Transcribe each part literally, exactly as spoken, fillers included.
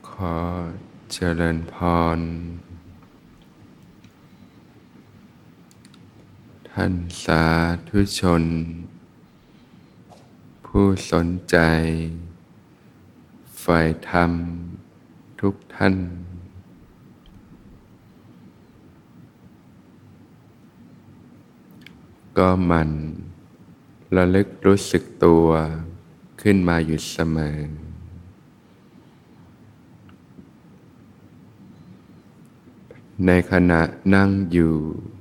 ขอเจริญพรท่านสาธุชนผู้สนใจใฝ่ธรรมทุกท่านก็หมั่นระลึกรู้สึกตัวขึ้นมาอยู่เสมอในขณะนั่งอยู่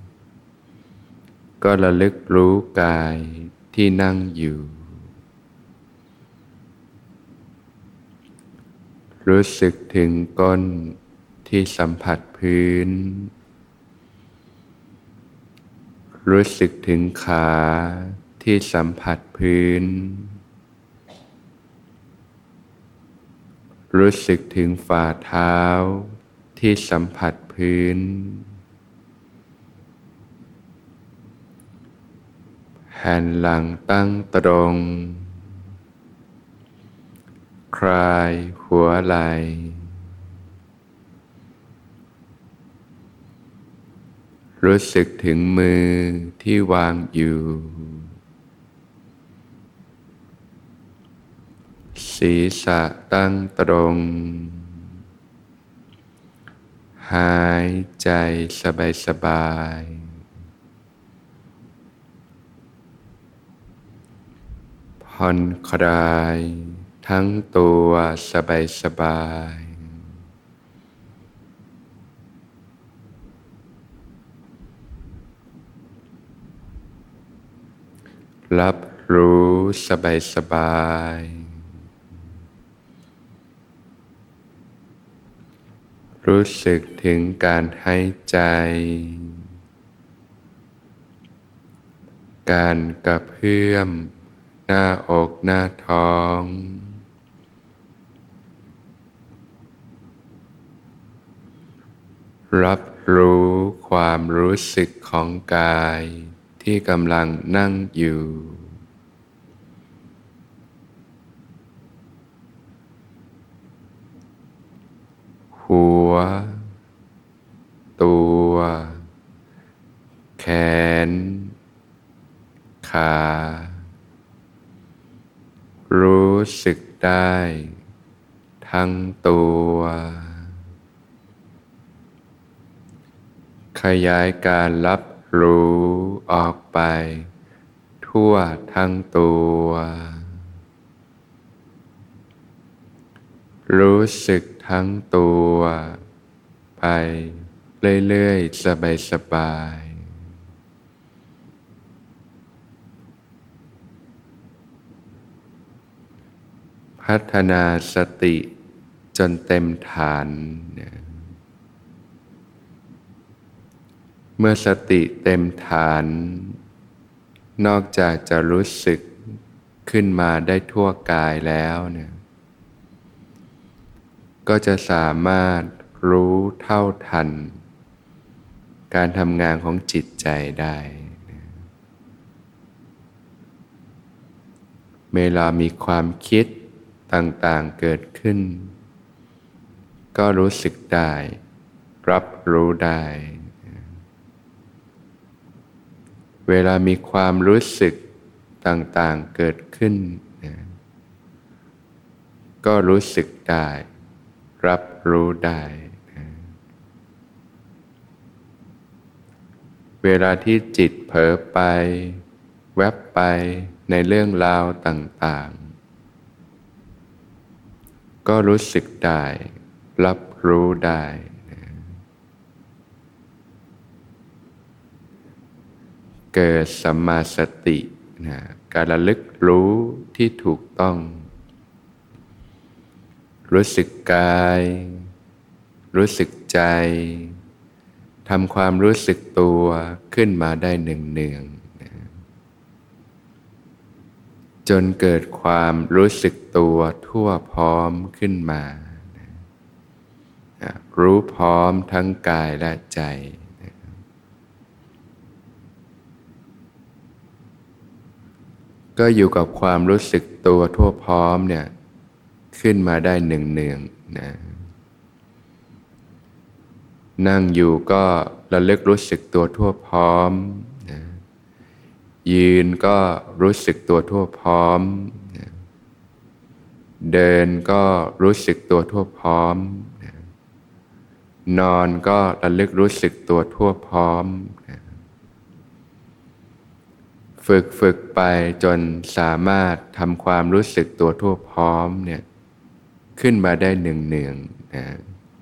ก็ระลึกรู้กายที่นั่งอยู่รู้สึกถึงก้นที่สัมผัสพื้นรู้สึกถึงขาที่สัมผัสพื้นรู้สึกถึงฝ่าเท้าที่สัมผัสพื้นแผ่นหลังตั้งตรงคลายหัวไหล่รู้สึกถึงมือที่วางอยู่ศีรษะตั้งตรงหายใจสบายๆผ่อนคลายทั้งตัวสบายๆรับรู้สบายๆรู้สึกถึงการหายใจการกระเพื่อมหน้าอกหน้าท้องรับรู้ความรู้สึกของกายที่กำลังนั่งอยู่หัวตัวแขนขารู้สึกได้ทั้งตัวขยายการรับรู้ออกไปทั่วทั้งตัวรู้สึกทั้งตัวไปเรื่อยๆสบายๆพัฒนาสติจนเต็มฐานเมื่อสติเต็มฐานนอกจากจะรู้สึกขึ้นมาได้ทั่วกายแล้วเนี่ยก็จะสามารถรู้เท่าทันการทำงานของจิตใจได้เวลามีความคิดต่างๆเกิดขึ้นก็รู้สึกได้รับรู้ได้เวลามีความรู้สึกต่างๆเกิดขึ้นก็รู้สึกได้รับรู้ได้เวลาที่จิตเผลอไปแวบไปในเรื่องราวต่างๆก็รู้สึกได้รับรู้ได้เกิดสัมมาสตินะการระลึกรู้ที่ถูกต้องรู้สึกกายรู้สึกใจทำความรู้สึกตัวขึ้นมาได้เนืองๆนะจนเกิดความรู้สึกตัวทั่วพร้อมขึ้นมานะนะรู้พร้อมทั้งกายและใจนะก็อยู่กับความรู้สึกตัวทั่วพร้อมเนี่ยขึ้นมาได้เนืองๆนะนั่งอยู่ก็ระลึกรู้สึกตัวทั่วพร้อมนะยืนก็รู้สึกตัวทั่วพร้อมนะเดินก็รู้สึกตัวทั่วพร้อมนะนอนก็ระลึกรู้สึกตัวทั่วพร้อมนะฝึกฝึกไปจนสามารถทำความรู้สึกตัวทั่วพร้อมเนี่ยขึ้นมาได้เนืองๆนะ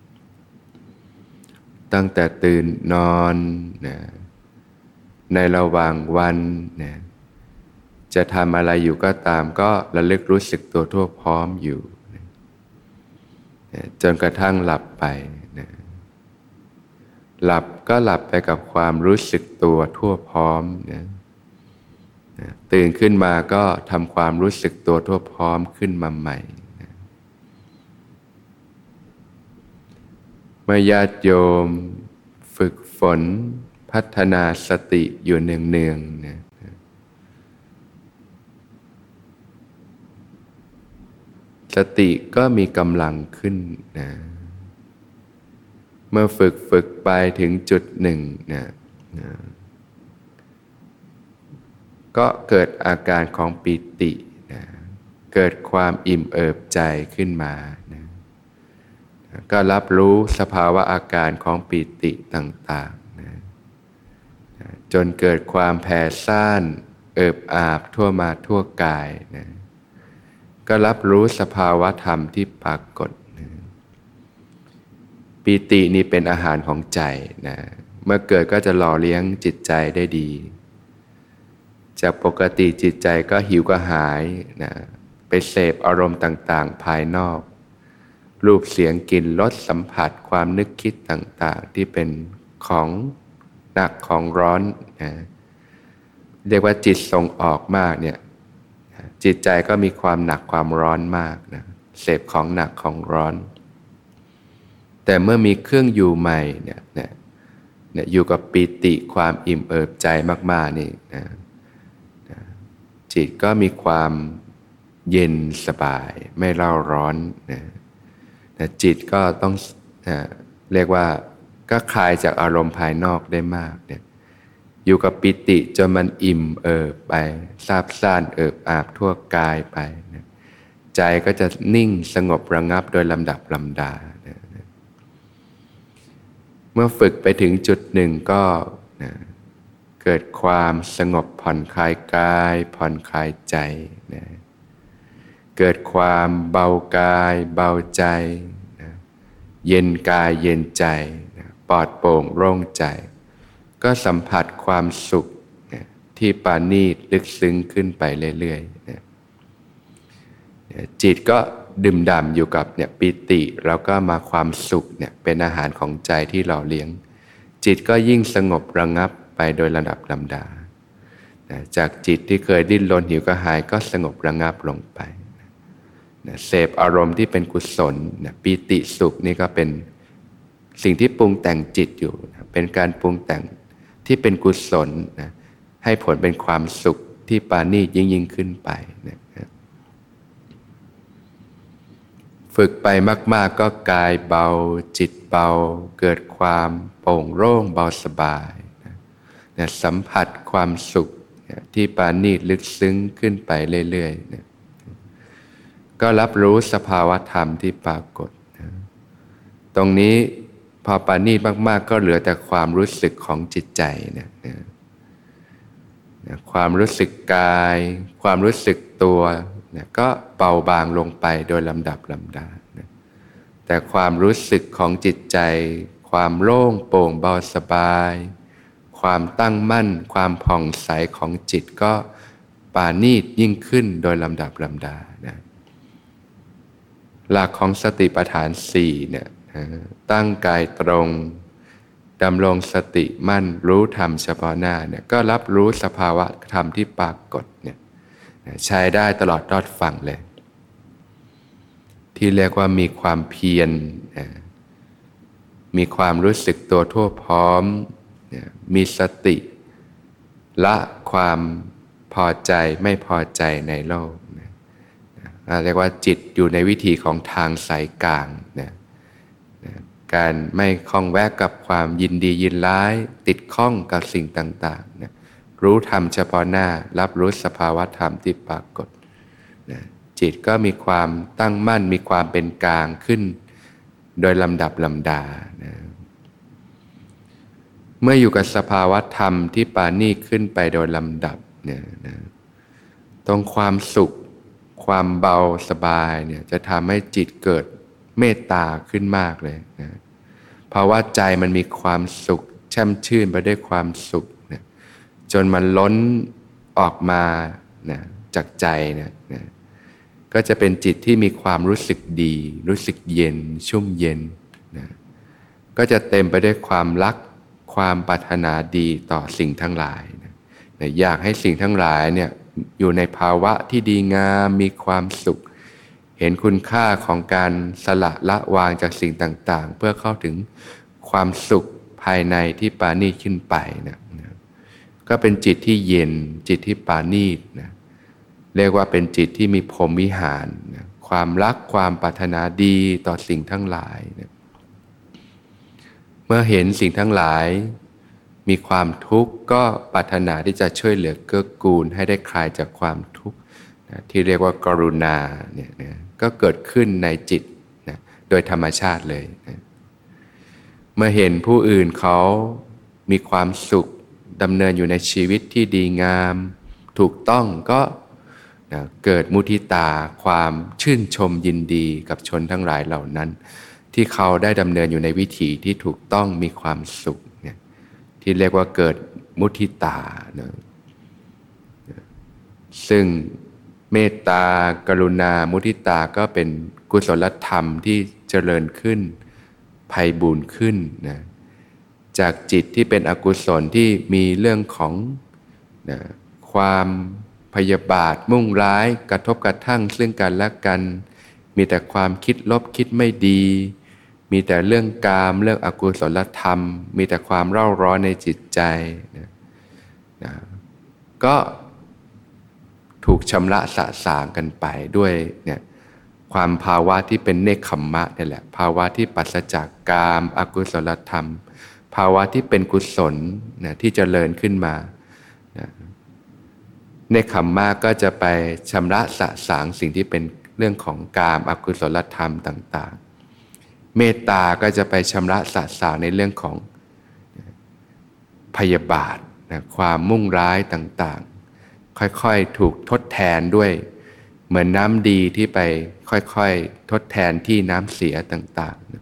ตั้งแต่ตื่นนอนนะในระหว่างวันนะจะทำอะไรอยู่ก็ตามก็ระลึกรู้สึกตัวทั่วพร้อมอยู่นะจนกระทั่งหลับไปนะหลับก็หลับไปกับความรู้สึกตัวทั่วพร้อมนะนะตื่นขึ้นมาก็ทำความรู้สึกตัวทั่วพร้อมขึ้นมาใหม่นะเมื่อญาติโยมฝึกฝนพัฒนาสติอยู่เนืองๆนะสติก็มีกำลังขึ้นนะเมื่อฝึกฝึกไปถึงจุดหนึ่งนะนะก็เกิดอาการของปิตินะเกิดความอิ่มเอิบใจขึ้นมานะก็รับรู้สภาวะอาการของปิติต่างๆนะจนเกิดความแผ่ซ่านเอิบอาบทั่วมาทั่วกายนะก็รับรู้สภาวะธรรมที่ปรากฏนะปิตินี่เป็นอาหารของใจนะเมื่อเกิดก็จะหล่อเลี้ยงจิตใจได้ดีจากปกติจิตใจก็หิวกระหายนะไปเสพอารมณ์ต่างๆภายนอกรูปเสียงกลิ่นรสสัมผัสความนึกคิดต่างๆที่เป็นของหนักของร้อนนะเรียกว่าจิตส่งออกมากเนี่ยจิตใจก็มีความหนักความร้อนมากนะเสพของหนักของร้อนแต่เมื่อมีเครื่องอยู่ใหม่เนี่ยเนี่ยเนี่ยอยู่กับปิติความอิ่มเอิบใจมากๆนี่นะนะจิตก็มีความเย็นสบายไม่เร่าร้อนนะนะจิตก็ต้องนะเรียกว่าก็คลายจากอารมณ์ภายนอกได้มากเนี่ยอยู่กับปิติจนมันอิ่มเอิบไปซาบซ่านเอิบอาบทั่วกายไปนะใจก็จะนิ่งสงบระงับโดยลำดับลำดานะนะเมื่อฝึกไปถึงจุดหนึ่งก็นะเกิดความสงบผ่อนคลายกายผ่อนคลายใจนะเกิดความเบากายเบาใจนะเย็นกายเย็นใจนะปลอดโปร่งโล่งใจก็สัมผัสความสุขนะที่ปราณีตลึกซึ้งขึ้นไปเรื่อยๆนะจิตก็ดื่มด่ำอยู่กับเนี่ยปิติแล้วก็มาความสุขเนี่ยเป็นอาหารของใจที่หล่อเลี้ยงจิตก็ยิ่งสงบระงับไปโดยลำดับลำดานะจากจิตที่เคยดิ้นรนหิวกระหายก็สงบระงับลงไปนะเสพอารมณ์ที่เป็นกุศลนะปิติสุขนี่ก็เป็นสิ่งที่ปรุงแต่งจิตอยู่นะเป็นการปรุงแต่งที่เป็นกุศลนะให้ผลเป็นความสุขที่ปราณีตยิ่งยิ่งขึ้นไปนะฝึกไปมากๆก็กายเบาจิตเบาเกิดความโปร่งโล่งเบาสบายนะนะสัมผัสความสุขนะที่ปราณีตลึกซึ้งขึ้นไปเรื่อยๆนะก็รับรู้สภาวะธรรมที่ปรากฏนะตรงนี้พอปราณีตมากๆก็เหลือแต่ความรู้สึกของจิตใจนะนะนะความรู้สึกกายความรู้สึกตัวนะก็เบาบางลงไปโดยลำดับลำดานะแต่ความรู้สึกของจิตใจความโล่งโปร่งเบาสบายความตั้งมั่นความผ่องใสของจิตก็ปราณีตยิ่งขึ้นโดยลำดับลำดานะหลักของสติปัฏฐานสี่เนี่ยตั้งกายตรงดำรงสติมั่นรู้ธรรมเฉพาะหน้าเนี่ยก็รับรู้สภาวะธรรมที่ปรากฏเนี่ยใช้ได้ตลอดรอดฝั่งเลยที่เรียกว่ามีความเพียรมีความรู้สึกตัวทั่วพร้อมมีสติละความพอใจไม่พอใจในโลกเรียกว่าจิตอยู่ในวิถีของทางสายกลางนะการไม่คล้องแวะกับความยินดียินร้ายติดข้องกับสิ่งต่างๆนะรู้ธรรมเฉพาะหน้ารับรู้สภาวะธรรมที่ปรากฏนะจิตก็มีความตั้งมั่นมีความเป็นกลางขึ้นโดยลำดับลำดานะเมื่ออยู่กับสภาวะธรรมที่ปราณีตขึ้นไปโดยลำดับเนี่ยนะตรงความสุขความเบาสบายเนี่ยจะทำให้จิตเกิดเมตตาขึ้นมากเลยนะเพราะว่าใจมันมีความสุขแช่มชื่นไปด้วยความสุขนะจนมันล้นออกมานะจากใจนะนะก็จะเป็นจิตที่มีความรู้สึกดีรู้สึกเย็นชุ่มเย็นนะก็จะเต็มไปด้วยความรักความปรารถนาดีต่อสิ่งทั้งหลายนะนะอยากให้สิ่งทั้งหลายเนี่ยอยู่ในภาวะที่ดีงามมีความสุขเห็นคุณค่าของการสละละวางจากสิ่งต่างๆเพื่อเข้าถึงความสุขภายในที่ปราณีตขึ้นไปนะนะก็เป็นจิตที่เย็นจิตที่ปราณีตนะเรียกว่าเป็นจิตที่มีพรหมวิหารนะความรักความปรารถนาดีต่อสิ่งทั้งหลายนะเมื่อเห็นสิ่งทั้งหลายมีความทุกข์ก็ปรารถนาที่จะช่วยเหลือเกื้อกูลให้ได้คลายจากความทุกข์นะที่เรียกว่ากรุณาเนี่ยนะก็เกิดขึ้นในจิตนะโดยธรรมชาติเลยนะเมื่อเห็นผู้อื่นเขามีความสุขดำเนินอยู่ในชีวิตที่ดีงามถูกต้องก็นะเกิดมุทิตาความชื่นชมยินดีกับชนทั้งหลายเหล่านั้นที่เขาได้ดำเนินอยู่ในวิถีที่ถูกต้องมีความสุขเนี่ยที่เรียกว่าเกิดมุทิตานะซึ่งเมตตากรุณามุทิตาก็เป็นกุศลธรรมที่เจริญขึ้นไพบูลย์ขึ้นนะจากจิตที่เป็นอกุศลที่มีเรื่องของนะความพยาบาทมุ่งร้ายกระทบกระทั่งซึ่งกันและกันมีแต่ความคิดลบคิดไม่ดีมีแต่เรื่องกามเรื่องอกุศลธรรมมีแต่ความเร่าร้อนในจิตใจนะนะก็ถูกชำระสะสางกันไปด้วยเนี่ยความภาวะที่เป็นเนกขัมมะนี่แหละภาวะที่ปราศจากกามอกุศลธรรมภาวะที่เป็นกุศลนะที่เจริญขึ้นมานะเนกขัมมะก็จะไปชำระสะสางสิ่งที่เป็นเรื่องของกามอกุศลธรรมต่างๆเมตตาก็จะไปชำระสะสางในเรื่องของพยาบาทนะความมุ่งร้ายต่างๆค่อยๆถูกทดแทนด้วยเหมือนน้ำดีที่ไปค่อยๆทดแทนที่น้ำเสียต่างๆ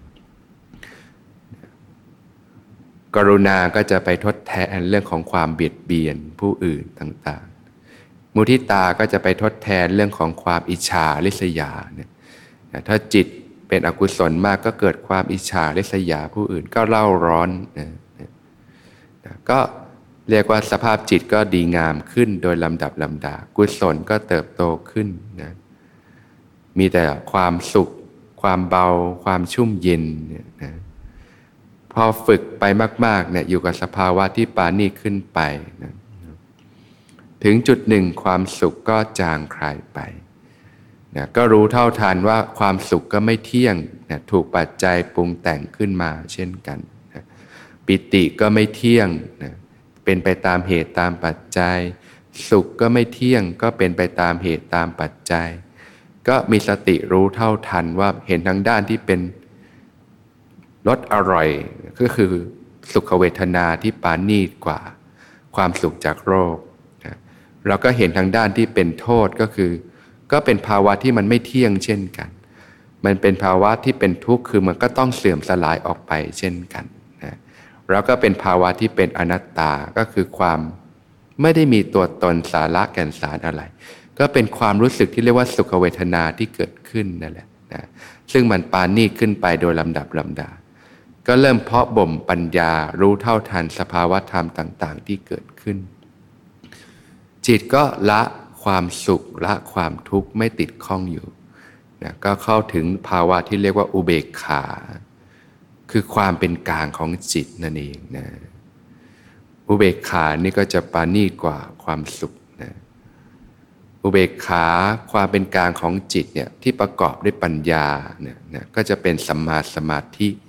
กรุณาก็จะไปทดแทนเรื่องของความเบียดเบียนผู้อื่นต่างๆมุทิตาก็จะไปทดแทนเรื่องของความอิจฉาริษยาเนี่ยถ้าจิตเป็นอกุศลมากก็เกิดความอิจฉาริษยาผู้อื่นก็เล่าร้อนนะก็เรียกว่าสภาพจิตก็ดีงามขึ้นโดยลำดับลำดากุศลก็เติบโตขึ้นนะมีแต่ความสุขความเบาความชุ่มเย็นเนี่ยนะพอฝึกไปมากๆเนี่ยอยู่กับสภาวะที่ปราณีตขึ้นไปนะถึงจุดหนึ่งความสุขก็จางคลายไปนะก็รู้เท่าทันว่าความสุขก็ไม่เที่ยงนะถูกปัจจัยปรุงแต่งขึ้นมาเช่นกันนะปิติก็ไม่เที่ยงนะเป็นไปตามเหตุตามปัจจัยสุขก็ไม่เที่ยงก็เป็นไปตามเหตุตามปัจจัยก็มีสติรู้เท่าทันว่าเห็นทางด้านที่เป็นรสอร่อยก็คือสุขเวทนาที่ปราณีตกว่าความสุขจากโรคนะเราก็เห็นทางด้านที่เป็นโทษก็คือก็เป็นภาวะที่มันไม่เที่ยงเช่นกันมันเป็นภาวะที่เป็นทุกข์คือมันก็ต้องเสื่อมสลายออกไปเช่นกันนะแล้วก็เป็นภาวะที่เป็นอนัตตาก็คือความไม่ได้มีตัวตนสาระแก่นสารอะไรก็เป็นความรู้สึกที่เรียกว่าสุขเวทนาที่เกิดขึ้นนั่นแหละนะซึ่งมันปราณีตขึ้นไปโดยลำดับลำดาก็เริ่มเพาะบ่มปัญญารู้เท่าทันสภาวะธรรมต่างๆที่เกิดขึ้นจิตก็ละความสุขละความทุกข์ไม่ติดข้องอยู่นะก็เข้าถึงภาวะที่เรียกว่าอุเบกขาคือความเป็นกลางของจิตนั่นเองนะอุเบกขานี่ก็จะปราณีตกว่าความสุขนะอุเบกขาความเป็นกลางของจิตเนี่ยที่ประกอบด้วยปัญญาเนี่ยนะก็จะเป็นสัมมาสมาธิ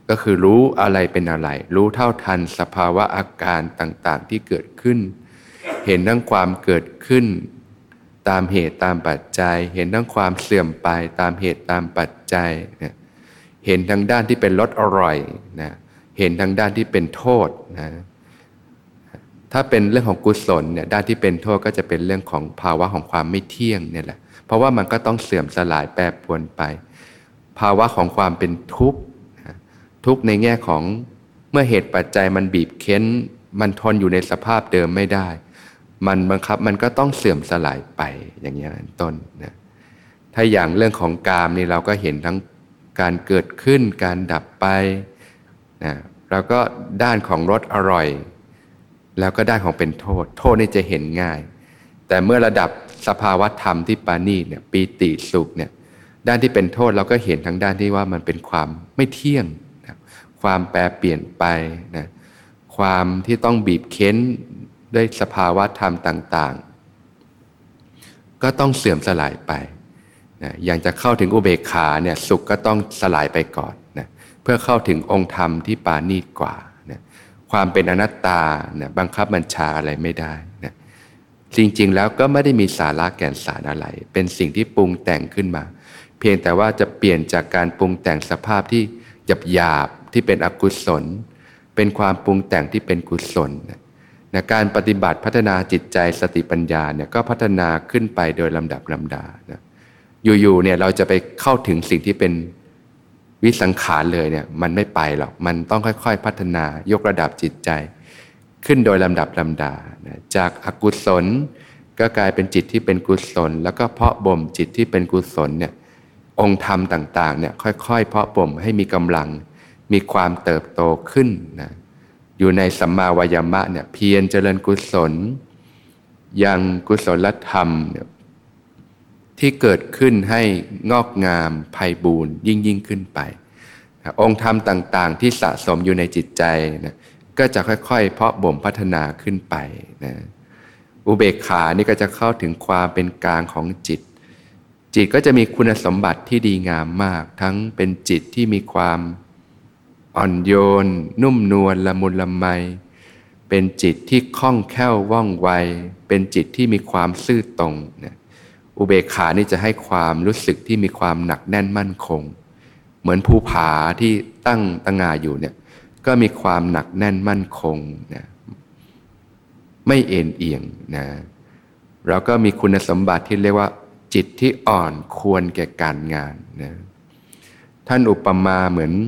ก็คือรู้อะไรเป็นอะไรรู้เท่าทันสภาวะอาการต่างๆที่เกิดขึ้นเห็นทั้งความเกิดขึ้นตามเหตุตามปัจจัยเห็นทั้งความเสื่อมไปตามเหตุตามปัจจัยนะเห็นทั้งด้านที่เป็นรสอร่อยนะเห็นทั้งด้านที่เป็นโทษนะถ้าเป็นเรื่องของกุศลเนี่ยด้านที่เป็นโทษก็จะเป็นเรื่องของภาวะของความไม่เที่ยงเนี่ยแหละเพราะว่ามันก็ต้องเสื่อมสลายแปรปรวนไปภาวะของความเป็นทุกข์ทุกข์ในแง่ของเมื่อเหตุปัจจัยมันบีบเค้นมันทนอยู่ในสภาพเดิมไม่ได้มันบังคับมันก็ต้องเสื่อมสลายไปอย่างนี้เป็นต้นนะถ้าอย่างเรื่องของกามนี่เราก็เห็นทั้งการเกิดขึ้นการดับไปนะแล้วก็ด้านของรสอร่อยแล้วก็ด้านของเป็นโทษโทษนี่จะเห็นง่ายแต่เมื่อระดับสภาวะธรรมที่ปาณีตเนี่ยปีติสุขเนี่ยด้านที่เป็นโทษเราก็เห็นทั้งด้านที่ว่ามันเป็นความไม่เที่ยงนะความแปรเปลี่ยนไปนะความที่ต้องบีบเค้นด้วยสภาวะธรรมต่างๆก็ต้องเสื่อมสลายไปนะอย่างจะเข้าถึงอุเบกขาเนี่ยสุขก็ต้องสลายไปก่อนนะเพื่อเข้าถึงองค์ธรรมที่ปาณีตกว่านะความเป็นอนัตตานะบังคับบัญชาอะไรไม่ได้นะจริงๆแล้วก็ไม่ได้มีสาระแก่นสารอะไรเป็นสิ่งที่ปรุงแต่งขึ้นมาเพียงแต่ว่าจะเปลี่ยนจากการปรุงแต่งสภาพที่หยาบๆที่เป็นอกุศลเป็นความปรุงแต่งที่เป็นกุศลนะนะการปฏิบัติพัฒนาจิตใจสติปัญญาเนี่ยก็พัฒนาขึ้นไปโดยลำดับลำดานะอยู่ๆเนี่ยเราจะไปเข้าถึงสิ่งที่เป็นวิสังขารเลยเนี่ยมันไม่ไปหรอกมันต้องค่อยๆพัฒนายกระดับจิตใจขึ้นโดยลำดับลำดานะจากอกุศลก็กลายเป็นจิตที่เป็นกุศลแล้วก็เพาะบ่มจิตที่เป็นกุศลเนี่ยองค์ธรรมต่างๆเนี่ยค่อยๆเพาะบ่มให้มีกำลังมีความเติบโตขึ้นนะอยู่ในสัมมาวายามะเนี่ยเพียรเจริญกุศลยังกุศลธรรมเนี่ยที่เกิดขึ้นให้งอกงามไพบูรย์ยิ่งยิ่งขึ้นไปนะองค์ธรรมต่างๆที่สะสมอยู่ในจิตใจนะก็จะค่อยๆเพาะบ่มพัฒนาขึ้นไปนะอุเบกขานี่ก็จะเข้าถึงความเป็นกลางของจิตจิตก็จะมีคุณสมบัติที่ดีงามมากทั้งเป็นจิตที่มีความอ่อนโยนนุ่มนวลละมุนละไมเป็นจิตที่คล่องแคล่วว่องไวเป็นจิตที่มีความซื่อตรงนะอุเบกขานี่จะให้ความรู้สึกที่มีความหนักแน่นมั่นคงเหมือนภูผาที่ตั้งตะงาอยู่เนี่ยก็มีความหนักแน่นมั่นคงนะไม่เอ็นเอียงนะแล้วก็มีคุณสมบัติที่เรียกว่าจิตที่อ่อนควรแก่การงานนะท่านอุปมาเหมือน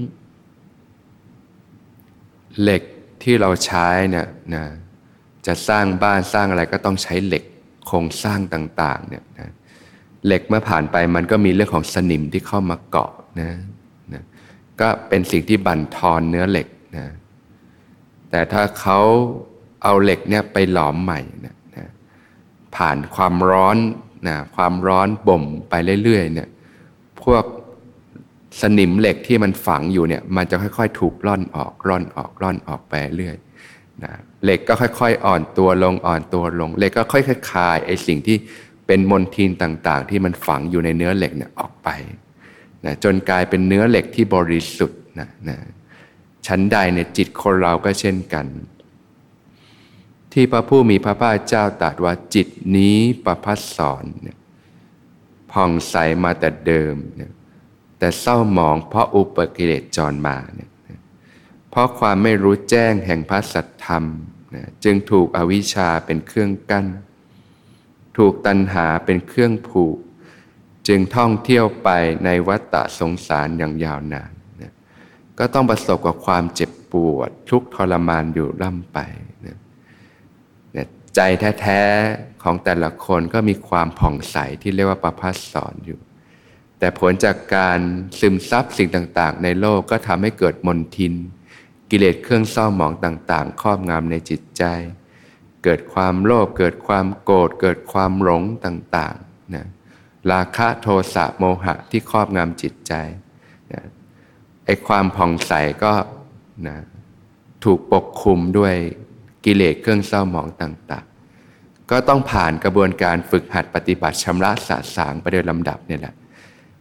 เหล็กที่เราใช้เนี่ยนะจะสร้างบ้านสร้างอะไรก็ต้องใช้เหล็กโครงสร้างต่างๆเนี่ยนะเหล็กเมื่อผ่านไปมันก็มีเรื่องของสนิมที่เข้ามาเกาะนะนะก็เป็นสิ่งที่บั่นทอนเนื้อเหล็กนะแต่ถ้าเขาเอาเหล็กเนี่ยไปหลอมใหม่นะนะผ่านความร้อนนะความร้อนบ่มไปเรื่อยๆเนี่ยพวกสนิมเหล็กที่มันฝังอยู่เนี่ยมันจะค่อยๆถูกร่อนออกร่อนออกร่อนออกไปเรื่อยนะเหล็กก็ค่อยๆอ่อนตัวลงอ่อนตัวลงเหล็กก็ค่อยๆคายไอ้สิ่งที่เป็นมลทินต่างๆที่มันฝังอยู่ในเนื้อเหล็กเนี่ยออกไปนะจนกลายเป็นเนื้อเหล็กที่บริสุทธิ์นะนะชั้นใดเนี่ยจิตคนเราก็เช่นกันที่พระผู้มีพระภาคเจ้าตรัสว่าจิตนี้ประภัสสรเนี่ยผ่องใสมาแต่เดิมเนี่ยแต่เศร้าหมองเพราะอุปกิเลสจรมาเนี่ยเพราะความไม่รู้แจ้งแห่งพระสัทธรรมนะจึงถูกอวิชชาเป็นเครื่องกั้นถูกตัณหาเป็นเครื่องผูกจึงท่องเที่ยวไปในวัฏฏะสงสารอย่างยาวนานนะก็ต้องประสบกับความเจ็บปวดทุกข์ทรมานอยู่ร่ำไปนะใจแท้ๆของแต่ละคนก็มีความผ่องใสที่เรียกว่าประภัสสรอยู่แต่ผลจากการซึมซับสิ่งต่างๆในโลกก็ทำให้เกิดมลทินกิเลสเครื่องเศร้าหมองต่างๆครอบงำในจิตใจเกิดความโลภเกิดความโกรธเกิดความหลงต่างๆนะราคะโทสะโมหะที่ครอบงำจิตใจนะไอ้ความผ่องใสก็นะถูกปกคลุมด้วยกิเลสเครื่องเศร้าหมองต่างๆก็ต้องผ่านกระบวนการฝึกหัดปฏิบัติชำระสะสางไปโดยลำดับเนี่ยแหละ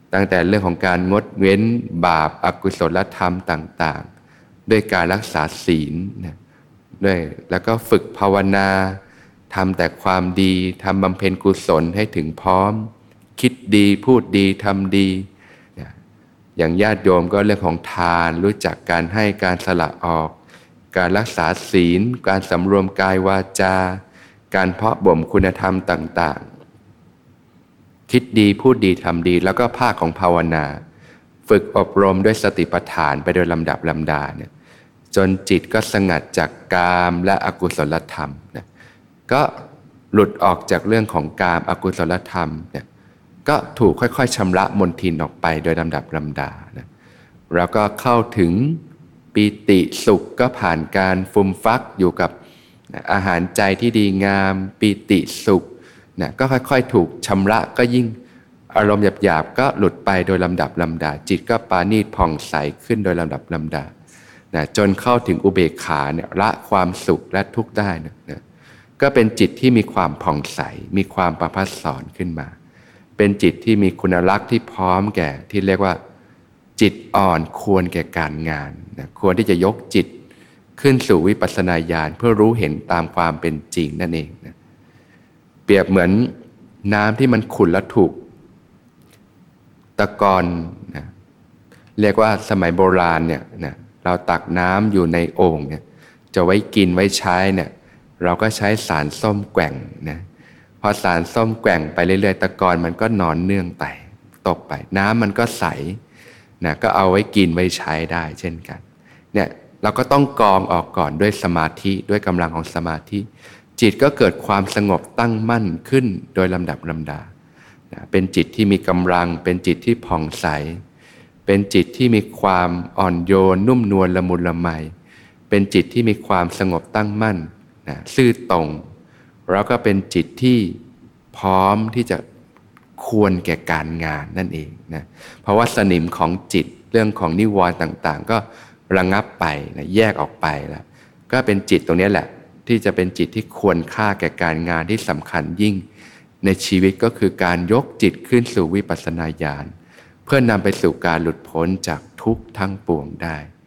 ตั้งแต่เรื่องของการงดเว้นบาปอกุศลธรรมต่างๆด้วยการรักษาศีลนะด้วยแล้วก็ฝึกภาวนาทำแต่ความดีทำบำเพ็ญกุศลให้ถึงพร้อมคิดดีพูดดีทำดีนะอย่างญาติโยมก็เรื่องของทานรู้จักการให้การสละออกการรักษาศีลการสำรวมกายวาจาการเพาะบ่มคุณธรรมต่างๆคิดดีพูดดีทำดีแล้วก็ภาคของภาวนาฝึกอบรมด้วยสติปัฏฐานไปโดยลำดับลำดาเนี่ยจนจิตก็สงัดจากกามและอกุศลธรรมนะก็หลุดออกจากเรื่องของกามอกุศลธรรมเนี่ยก็ถูกค่อยๆชำระมลทินออกไปโดยลำดับลำดานะแล้วก็เข้าถึงปีติสุขก็ผ่านการฟุมฟักอยู่กับอาหารใจที่ดีงามปีติสุขนะก็ค่อยๆถูกชำระก็ยิ่งอารมณ์หยาบๆก็หลุดไปโดยลำดับลำดาจิตก็ปราณีตผ่องใสขึ้นโดยลำดับลำดานะจนเข้าถึงอุเบกขาเนี่ยละความสุขและทุกข์ได้นะนะก็เป็นจิตที่มีความผ่องใสมีความประภัสสรขึ้นมาเป็นจิตที่มีคุณลักษณ์ที่พร้อมแก่ที่เรียกว่าจิตอ่อนควรแก่การงานนะควรที่จะยกจิตขึ้นสู่วิปัสสนาญาณเพื่อรู้เห็นตามความเป็นจริงนั่นเองนะเปรียบเหมือนน้ำที่มันขุ่นและถูกตะกอนนะเรียกว่าสมัยโบราณเนี่ยนะเราตักน้ำอยู่ในโอ่งเนี่ยจะไว้กินไว้ใช้เนี่ยเราก็ใช้สารส้มแกว่งนะพอสารส้มแกว่งไปเรื่อยๆตะกอนมันก็นอนเนื่องไปตกไปน้ำมันก็ใสนะก็เอาไว้กินไว้ใช้ได้เช่นกันเนี่ยเราก็ต้องกรองออกก่อนด้วยสมาธิด้วยกำลังของสมาธิจิตก็เกิดความสงบตั้งมั่นขึ้นโดยลำดับลำดานะเป็นจิตที่มีกำลังเป็นจิตที่ผ่องใสเป็นจิตที่มีความอ่อนโยนนุ่มนวลละมุนละไมเป็นจิตที่มีความสงบตั้งมั่นนะซื่อตรงแล้วก็เป็นจิตที่พร้อมที่จะควรแก่การงานนั่นเองนะเพราะว่าสนิมของจิตเรื่องของนิวรณ์ต่างๆก็ระงับไปนะแยกออกไปแล้วก็เป็นจิตตรงนี้แหละที่จะเป็นจิตที่ควรค่าแก่การงานที่สำคัญยิ่งในชีวิตก็คือการยกจิตขึ้นสู่วิปัสสนาญาณเพื่อนำไปสู่การหลุดพ้นจากทุกข์ทั้งปวงได้